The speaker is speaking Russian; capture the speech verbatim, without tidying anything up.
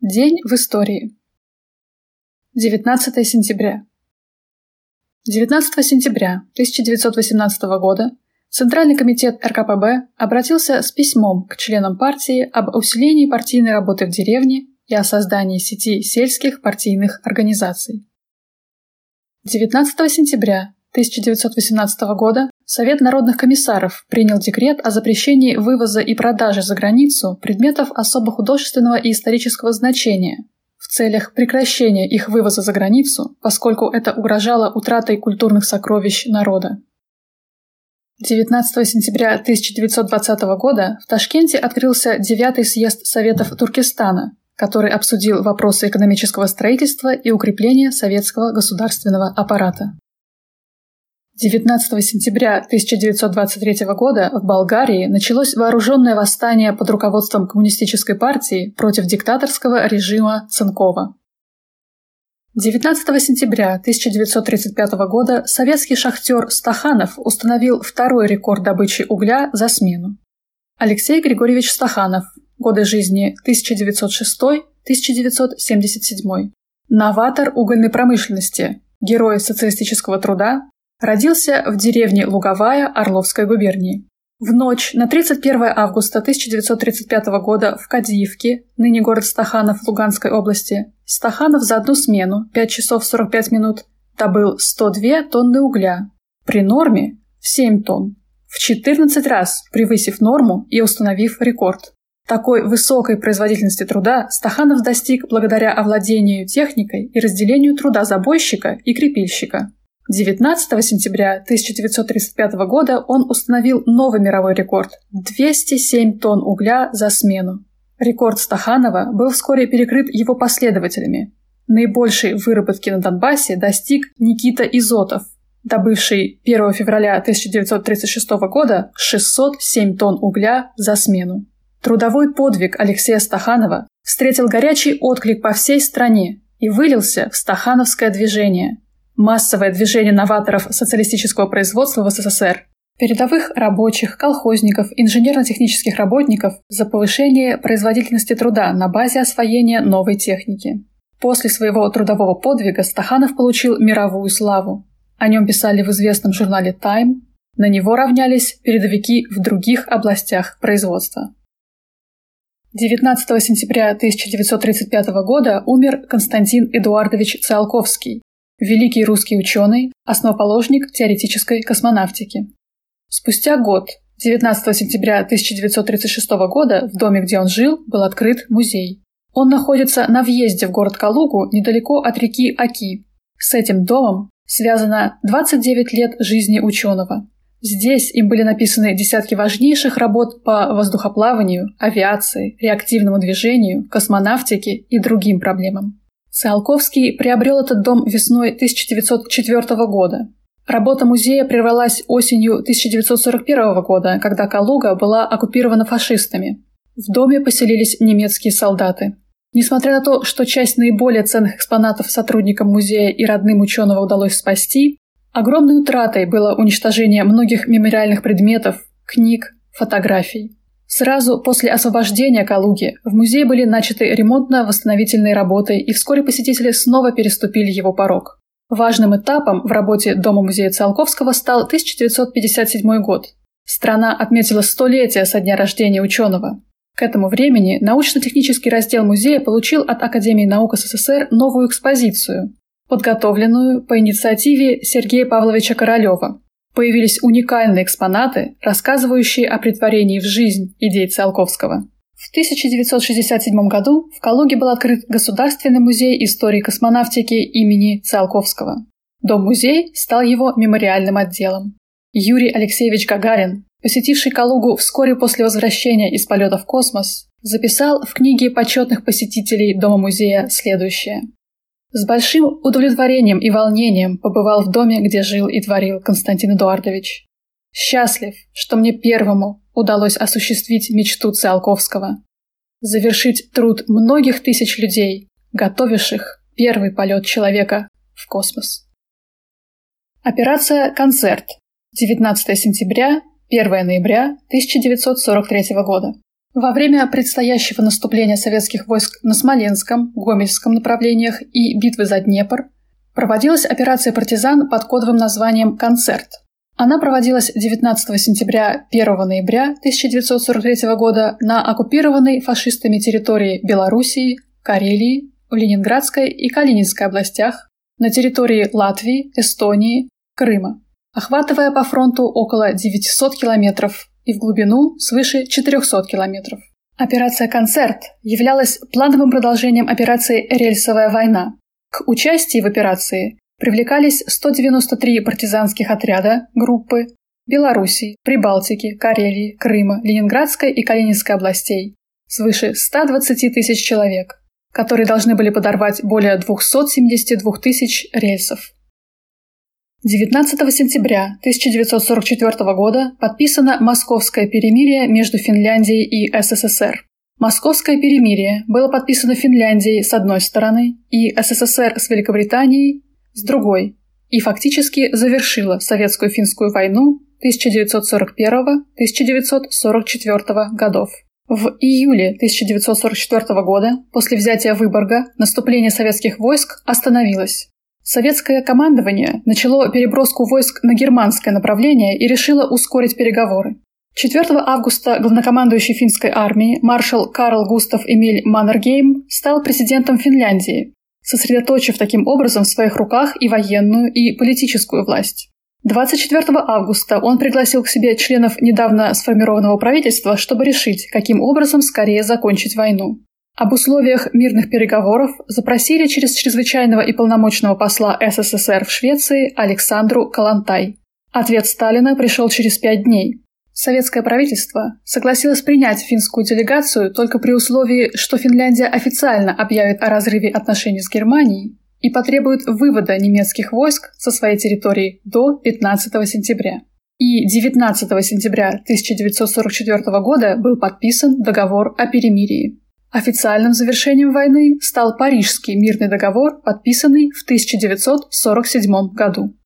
День в истории. девятнадцатое сентября. девятнадцатого сентября тысяча девятьсот восемнадцатого года Центральный комитет эр ка пэ бэ обратился с письмом к членам партии об усилении партийной работы в деревне и о создании сети сельских партийных организаций. девятнадцатого сентября тысяча девятьсот восемнадцатого года Совет народных комиссаров принял декрет о запрещении вывоза и продажи за границу предметов особо художественного и исторического значения в целях прекращения их вывоза за границу, поскольку это угрожало утратой культурных сокровищ народа. девятнадцатого сентября тысяча девятьсот двадцатого года в Ташкенте открылся девятый съезд Советов Туркестана, который обсудил вопросы экономического строительства и укрепления советского государственного аппарата. девятнадцатого сентября тысяча девятьсот двадцать третьего года в Болгарии началось вооруженное восстание под руководством Коммунистической партии против диктаторского режима Ценкова. девятнадцатого сентября тысяча девятьсот тридцать пятого года советский шахтер Стаханов установил второй рекорд добычи угля за смену. Алексей Григорьевич Стаханов, годы жизни тысяча девятьсот шестой — тысяча девятьсот семьдесят седьмой, новатор угольной промышленности, герой социалистического труда, родился в деревне Луговая Орловской губернии. В ночь на тридцать первое августа тысяча девятьсот тридцать пятого года в Кадиевке, ныне город Стаханов Луганской области, Стаханов за одну смену, пять часов сорок пять минут, добыл сто две тонны угля, при норме в семь тонн, в четырнадцать раз превысив норму и установив рекорд. Такой высокой производительности труда Стаханов достиг благодаря овладению техникой и разделению труда забойщика и крепильщика. девятнадцатого сентября тысяча девятьсот тридцать пятого года он установил новый мировой рекорд – двести семь тонн угля за смену. Рекорд Стаханова был вскоре перекрыт его последователями. Наибольшей выработки на Донбассе достиг Никита Изотов, добывший первого февраля тысяча девятьсот тридцать шестого года шестьсот семь тонн угля за смену. Трудовой подвиг Алексея Стаханова встретил горячий отклик по всей стране и вылился в стахановское движение – массовое движение новаторов социалистического производства в эс эс эс эр, передовых рабочих, колхозников, инженерно-технических работников за повышение производительности труда на базе освоения новой техники. После своего трудового подвига Стаханов получил мировую славу. О нем писали в известном журнале «Тайм», на него равнялись передовики в других областях производства. девятнадцатого сентября тысяча девятьсот тридцать пятого года умер Константин Эдуардович Циолковский, великий русский ученый, основоположник теоретической космонавтики. Спустя год, девятнадцатого сентября тысяча девятьсот тридцать шестого года, в доме, где он жил, был открыт музей. Он находится на въезде в город Калугу, недалеко от реки Оки. С этим домом связано двадцать девять лет жизни ученого. Здесь им были написаны десятки важнейших работ по воздухоплаванию, авиации, реактивному движению, космонавтике и другим проблемам. Циолковский приобрел этот дом весной тысяча девятьсот четвёртого года. Работа музея прервалась осенью тысяча девятьсот сорок первого года, когда Калуга была оккупирована фашистами. В доме поселились немецкие солдаты. Несмотря на то, что часть наиболее ценных экспонатов сотрудникам музея и родным ученого удалось спасти, огромной утратой было уничтожение многих мемориальных предметов, книг, фотографий. Сразу после освобождения Калуги в музее были начаты ремонтно-восстановительные работы, и вскоре посетители снова переступили его порог. Важным этапом в работе Дома-музея Циолковского стал тысяча девятьсот пятьдесят седьмой год. Страна отметила столетие со дня рождения ученого. К этому времени научно-технический раздел музея получил от Академии наук эс эс эс эр новую экспозицию, подготовленную по инициативе Сергея Павловича Королева. Появились уникальные экспонаты, рассказывающие о претворении в жизнь идей Циолковского. В тысяча девятьсот шестьдесят седьмом году в Калуге был открыт Государственный музей истории космонавтики имени Циолковского. Дом-музей стал его мемориальным отделом. Юрий Алексеевич Гагарин, посетивший Калугу вскоре после возвращения из полета в космос, записал в книге почетных посетителей Дома-музея следующее. С большим удовлетворением и волнением побывал в доме, где жил и творил Константин Эдуардович. Счастлив, что мне первому удалось осуществить мечту Циолковского – завершить труд многих тысяч людей, готовивших первый полет человека в космос. Операция «Концерт». девятнадцатого сентября — первого ноября тысяча девятьсот сорок третьего года. Во время предстоящего наступления советских войск на Смоленском, Гомельском направлениях и битвы за Днепр проводилась операция партизан под кодовым названием «Концерт». Она проводилась девятнадцатого сентября — первого ноября тысяча девятьсот сорок третьего года на оккупированной фашистами территории Белоруссии, Карелии, в Ленинградской и Калининской областях, на территории Латвии, Эстонии, Крыма, охватывая по фронту около девятисот километров и в глубину свыше четырехсот километров. Операция «Концерт» являлась плановым продолжением операции «Рельсовая война». К участию в операции привлекались сто девяносто три партизанских отряда, группы Белоруссии, Прибалтики, Карелии, Крыма, Ленинградской и Калининской областей, свыше ста двадцати тысяч человек, которые должны были подорвать более двухсот семидесяти двух тысяч рельсов. девятнадцатого сентября тысяча девятьсот сорок четвёртого года подписано Московское перемирие между Финляндией и СССР. Московское перемирие было подписано Финляндией с одной стороны и СССР с Великобританией с другой и фактически завершило Советско-финскую войну тысяча девятьсот сорок первого — тысяча девятьсот сорок четвёртого годов. В июле тысяча девятьсот сорок четвёртого года, после взятия Выборга, наступление советских войск остановилось. Советское командование начало переброску войск на германское направление и решило ускорить переговоры. четвёртого августа главнокомандующий финской армии маршал Карл Густав Эмиль Маннергейм стал президентом Финляндии, сосредоточив таким образом в своих руках и военную, и политическую власть. двадцать четвёртого августа он пригласил к себе членов недавно сформированного правительства, чтобы решить, каким образом скорее закончить войну. Об условиях мирных переговоров запросили через чрезвычайного и полномочного посла СССР в Швеции Александру Калантай. Ответ Сталина пришел через пять дней. Советское правительство согласилось принять финскую делегацию только при условии, что Финляндия официально объявит о разрыве отношений с Германией и потребует вывода немецких войск со своей территории до пятнадцатого сентября. И девятнадцатого сентября тысяча девятьсот сорок четвёртого года был подписан договор о перемирии. Официальным завершением войны стал Парижский мирный договор, подписанный в тысяча девятьсот сорок седьмом году.